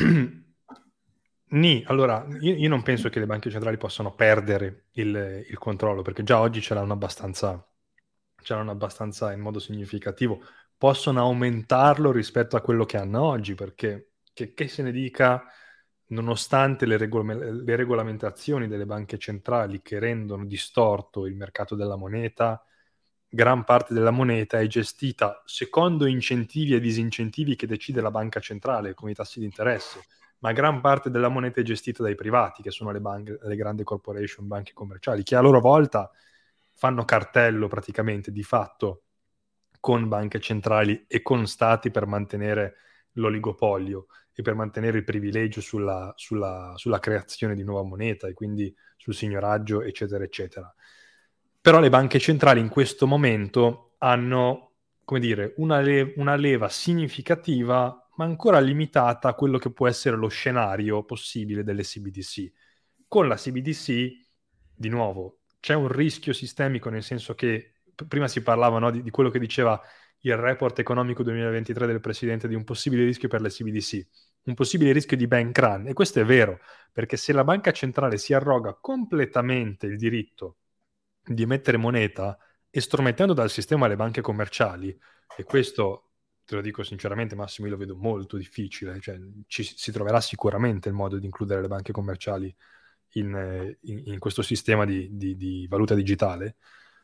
Allora, io non penso che le banche centrali possano perdere il controllo, perché già oggi ce l'hanno abbastanza in modo significativo. Possono aumentarlo rispetto a quello che hanno oggi, perché che se ne dica, nonostante le regolamentazioni delle banche centrali che rendono distorto il mercato della moneta, gran parte della moneta è gestita secondo incentivi e disincentivi che decide la banca centrale, come i tassi di interesse, ma gran parte della moneta è gestita dai privati, che sono le banche, le grandi corporation, banche commerciali, che a loro volta fanno cartello praticamente di fatto con banche centrali e con stati per mantenere l'oligopolio e per mantenere il privilegio sulla creazione di nuova moneta e quindi sul signoraggio, eccetera, eccetera. Però le banche centrali in questo momento hanno, come dire, una leva significativa, ma ancora limitata a quello che può essere lo scenario possibile delle CBDC. Con la CBDC, di nuovo, c'è un rischio sistemico, nel senso che prima si parlava, no, di quello che diceva il report economico 2023 del presidente, di un possibile rischio per le CBDC, un possibile rischio di bank run. E questo è vero, perché se la banca centrale si arroga completamente il diritto di emettere moneta, estromettendo dal sistema le banche commerciali, e questo te lo dico sinceramente, Massimo, io lo vedo molto difficile, cioè si troverà sicuramente il modo di includere le banche commerciali in questo sistema di valuta digitale.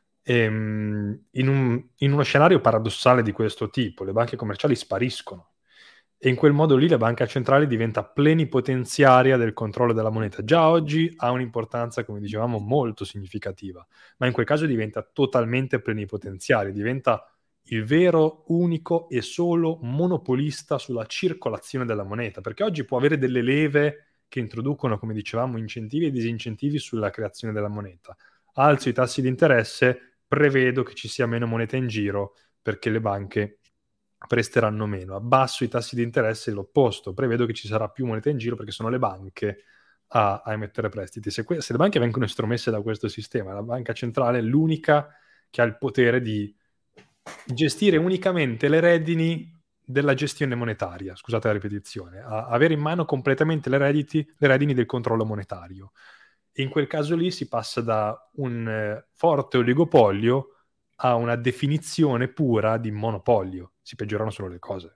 In uno scenario paradossale di questo tipo, le banche commerciali spariscono e in quel modo lì la banca centrale diventa plenipotenziaria del controllo della moneta. Già oggi ha un'importanza, come dicevamo, molto significativa, ma in quel caso diventa totalmente plenipotenziaria, diventa il vero, unico e solo monopolista sulla circolazione della moneta, perché oggi può avere delle leve che introducono, come dicevamo, incentivi e disincentivi sulla creazione della moneta. Alzo i tassi di interesse, prevedo che ci sia meno moneta in giro perché le banche presteranno meno. Abbasso i tassi di interesse, l'opposto, prevedo che ci sarà più moneta in giro perché sono le banche a emettere prestiti. Se le banche vengono estromesse da questo sistema, la banca centrale è l'unica che ha il potere di gestire unicamente le redini della gestione monetaria, scusate la ripetizione, avere in mano completamente le redini del controllo monetario. E in quel caso lì si passa da un forte oligopolio a una definizione pura di monopolio. Si peggiorano solo le cose.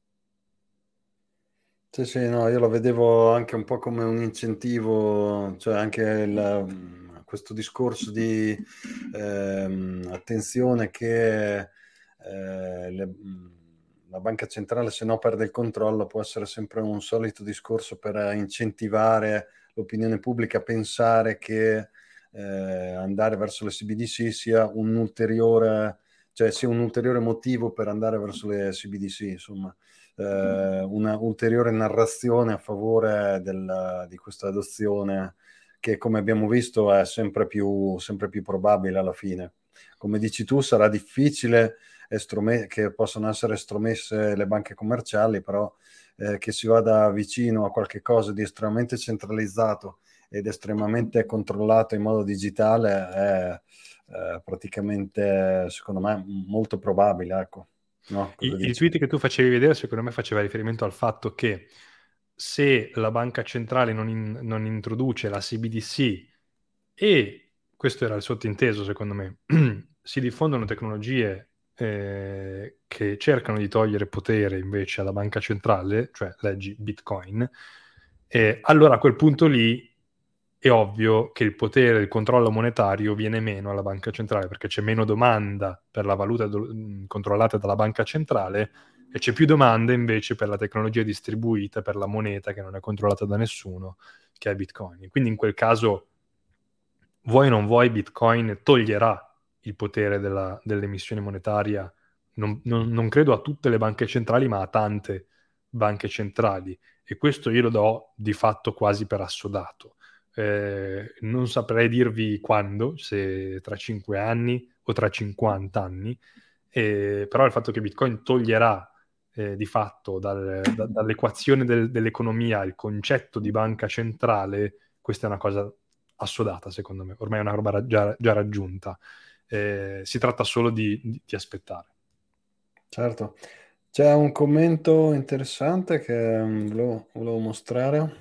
Sì, sì, no, io lo vedevo anche un po' come un incentivo, cioè anche questo discorso di attenzione che la banca centrale, se no perde il controllo, può essere sempre un solito discorso per incentivare l'opinione pubblica a pensare che andare verso le CBDC sia cioè sia un ulteriore motivo per andare verso le CBDC, insomma. Una ulteriore narrazione a favore di questa adozione che, come abbiamo visto, è sempre più probabile alla fine. Come dici tu, sarà difficile che possano essere estromesse le banche commerciali, però che si vada vicino a qualche cosa di estremamente centralizzato ed estremamente controllato in modo digitale è praticamente, secondo me, molto probabile, ecco. No, cosa Il dici? tweet che tu facevi vedere, secondo me, faceva riferimento al fatto che se la banca centrale non introduce la CBDC, e questo era il sottinteso secondo me, si diffondono tecnologie che cercano di togliere potere invece alla banca centrale, cioè leggi Bitcoin, allora a quel punto lì è ovvio che il potere, il controllo monetario viene meno alla banca centrale, perché c'è meno domanda per la valuta controllata dalla banca centrale e c'è più domanda invece per la tecnologia distribuita, per la moneta che non è controllata da nessuno, che è Bitcoin. Quindi in quel caso, vuoi o non vuoi, Bitcoin toglierà il potere dell'emissione monetaria, non credo a tutte le banche centrali, ma a tante banche centrali. E questo io lo do di fatto quasi per assodato. Non saprei dirvi quando, se tra 5 anni o tra 50 anni, però il fatto che Bitcoin toglierà di fatto dall'equazione dell'economia il concetto di banca centrale, questa è una cosa assodata secondo me, ormai è una roba già raggiunta. Si tratta solo di aspettare. Certo. C'è un commento interessante che volevo mostrare.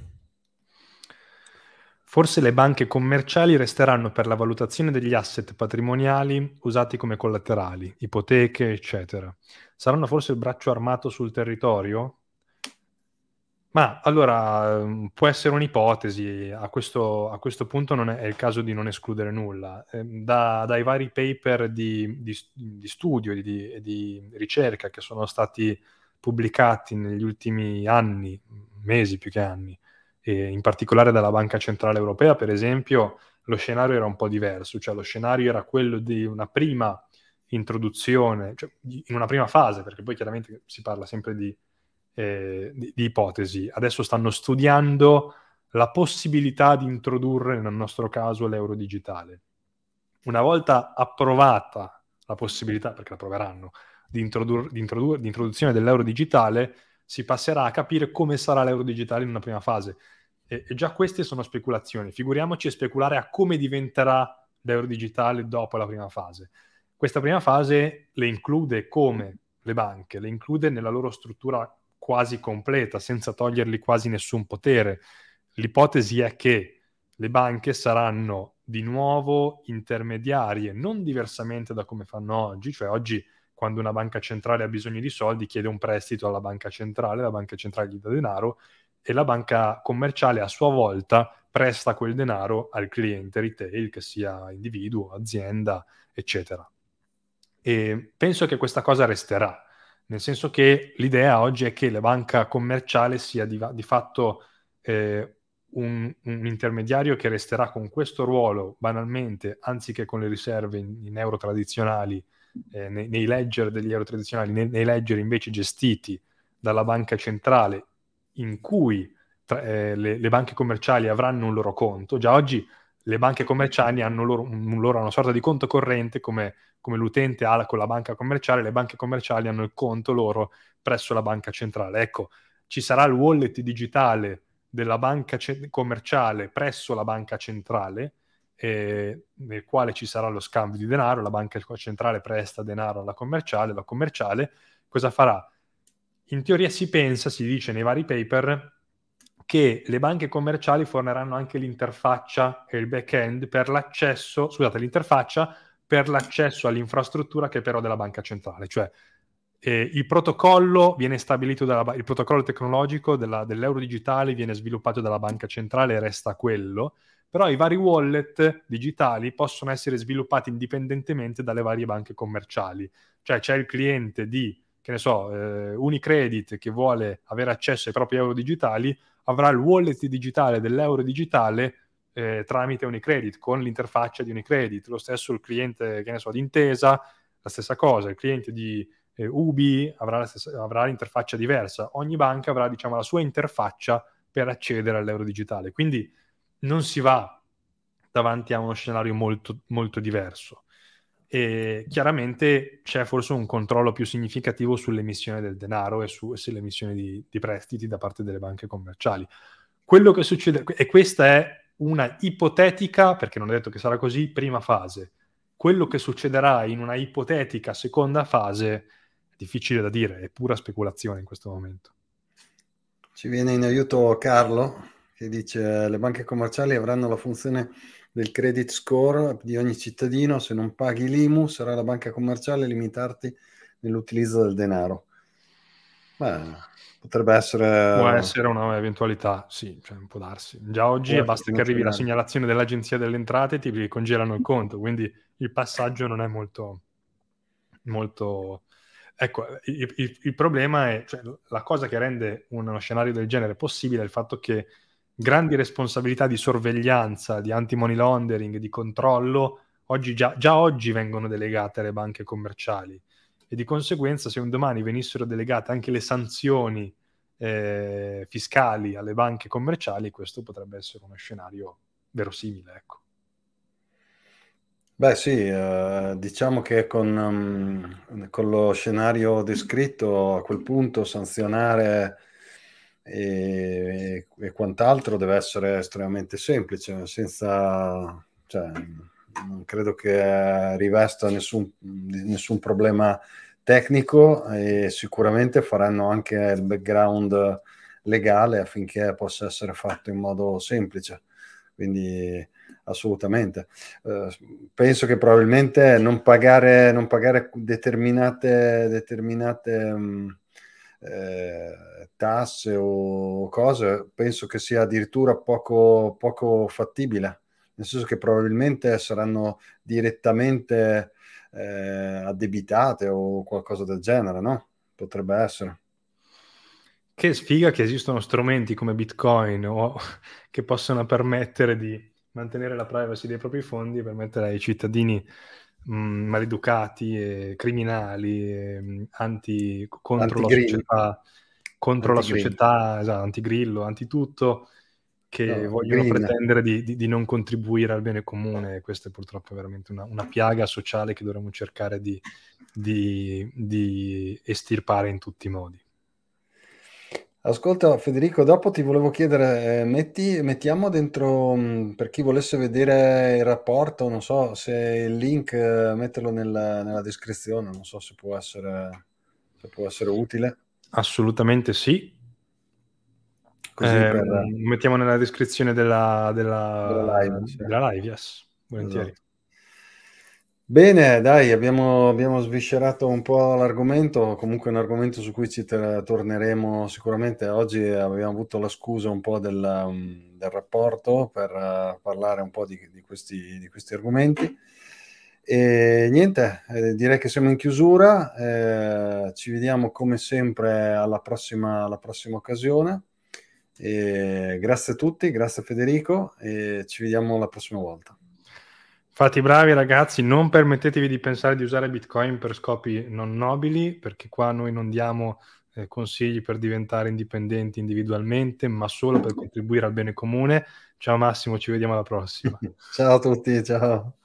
Forse le banche commerciali resteranno per la valutazione degli asset patrimoniali usati come collaterali, ipoteche, eccetera. Saranno forse il braccio armato sul territorio? Ma allora può essere un'ipotesi, a questo punto non è il caso di non escludere nulla. Dai vari paper di studio e di ricerca che sono stati pubblicati negli ultimi anni, mesi più che anni, e in particolare dalla Banca Centrale Europea, per esempio, lo scenario era un po' diverso, cioè lo scenario era quello di una prima introduzione, cioè in una prima fase, perché poi chiaramente si parla sempre di ipotesi. Adesso stanno studiando la possibilità di introdurre, nel nostro caso, l'euro digitale. Una volta approvata la possibilità, perché la proveranno, di introduzione dell'euro digitale, si passerà a capire come sarà l'euro digitale in una prima fase. E già queste sono speculazioni. Figuriamoci a speculare a come diventerà l'euro digitale dopo la prima fase. Questa prima fase le include come le banche, le include nella loro struttura quasi completa, senza togliergli quasi nessun potere. L'ipotesi è che le banche saranno di nuovo intermediarie, non diversamente da come fanno oggi, cioè oggi quando una banca centrale ha bisogno di soldi chiede un prestito alla banca centrale, la banca centrale gli dà denaro e la banca commerciale a sua volta presta quel denaro al cliente retail, che sia individuo, azienda, eccetera. E penso che questa cosa resterà, nel senso che l'idea oggi è che la banca commerciale sia di fatto un intermediario che resterà con questo ruolo banalmente, anziché con le riserve in euro tradizionali, nei ledger degli euro tradizionali, nei ledger invece gestiti dalla banca centrale, in cui le banche commerciali avranno un loro conto. Già oggi le banche commerciali hanno una sorta di conto corrente come l'utente ha con la banca commerciale, le banche commerciali hanno il conto loro presso la banca centrale. Ecco, ci sarà il wallet digitale della banca commerciale presso la banca centrale, nel quale ci sarà lo scambio di denaro, la banca centrale presta denaro alla commerciale, la commerciale cosa farà? In teoria si pensa, si dice nei vari paper, che le banche commerciali forniranno anche l'interfaccia e il back-end per l'accesso, scusate, l'interfaccia per l'accesso all'infrastruttura che però è della banca centrale, cioè il protocollo viene stabilito il protocollo tecnologico dell'euro digitale viene sviluppato dalla banca centrale e resta quello, però i vari wallet digitali possono essere sviluppati indipendentemente dalle varie banche commerciali, cioè c'è il cliente di, che ne so, Unicredit che vuole avere accesso ai propri euro digitali, avrà il wallet digitale dell'euro digitale tramite Unicredit, con l'interfaccia di Unicredit. Lo stesso il cliente, che ne so, di Intesa, la stessa cosa. Il cliente di Ubi avrà l'interfaccia diversa. Ogni banca avrà, diciamo, la sua interfaccia per accedere all'euro digitale. Quindi non si va davanti a uno scenario molto, molto diverso. E chiaramente c'è forse un controllo più significativo sull'emissione del denaro e sull'emissione di prestiti da parte delle banche commerciali. Quello che succede, e questa è una ipotetica, perché non è detto che sarà così, prima fase. Quello che succederà in una ipotetica seconda fase è difficile da dire, è pura speculazione in questo momento. Ci viene in aiuto Carlo che dice: le banche commerciali avranno la funzione del credit score di ogni cittadino, se non paghi l'IMU sarà la banca commerciale a limitarti nell'utilizzo del denaro. Beh, potrebbe Può essere, essere una eventualità, sì, cioè può darsi. Già oggi può essere basta uno che arrivi la scenario. segnalazione dell'Agenzia delle Entrate e ti congelano il conto, quindi il passaggio non è molto, molto... Ecco, il problema è, cioè, la cosa che rende uno scenario del genere possibile è il fatto che grandi responsabilità di sorveglianza, di anti-money laundering, di controllo, già oggi vengono delegate alle banche commerciali e di conseguenza se un domani venissero delegate anche le sanzioni fiscali alle banche commerciali, questo potrebbe essere uno scenario verosimile, ecco. Beh sì, diciamo che con lo scenario descritto a quel punto sanzionare e quant'altro deve essere estremamente semplice, senza, cioè, non credo che rivesta nessun problema tecnico e sicuramente faranno anche il background legale affinché possa essere fatto in modo semplice. Quindi assolutamente. Penso che probabilmente non pagare determinate tasse o cose, penso che sia addirittura poco fattibile, nel senso che probabilmente saranno direttamente addebitate o qualcosa del genere, no? Potrebbe essere. Che sfiga che esistono strumenti come Bitcoin o che possono permettere di mantenere la privacy dei propri fondi e permettere ai cittadini maleducati e criminali e, Anti-green. contro la Anti-green. società, esatto, antigrillo, antitutto, che No, vogliono green. pretendere di non contribuire al bene comune. Questa è purtroppo veramente una piaga sociale che dovremmo cercare di estirpare in tutti i modi. Ascolta Federico, dopo ti volevo chiedere, mettiamo dentro, per chi volesse vedere il rapporto, non so se il link, metterlo nella descrizione, non so se può essere utile, Assolutamente sì. così per Mettiamo nella descrizione della live. Sì. della live, yes, volentieri. Esatto. Bene, dai, abbiamo sviscerato un po' l'argomento, comunque è un argomento su cui torneremo sicuramente. Oggi abbiamo avuto la scusa un po' del rapporto per parlare un po' di questi argomenti. E niente, direi che siamo in chiusura, ci vediamo come sempre alla prossima occasione. E grazie a tutti, grazie Federico e ci vediamo la prossima volta. Fate i bravi ragazzi, non permettetevi di pensare di usare Bitcoin per scopi non nobili, perché qua noi non diamo consigli per diventare indipendenti individualmente, ma solo per contribuire al bene comune. Ciao Massimo, ci vediamo alla prossima. Ciao a tutti, ciao.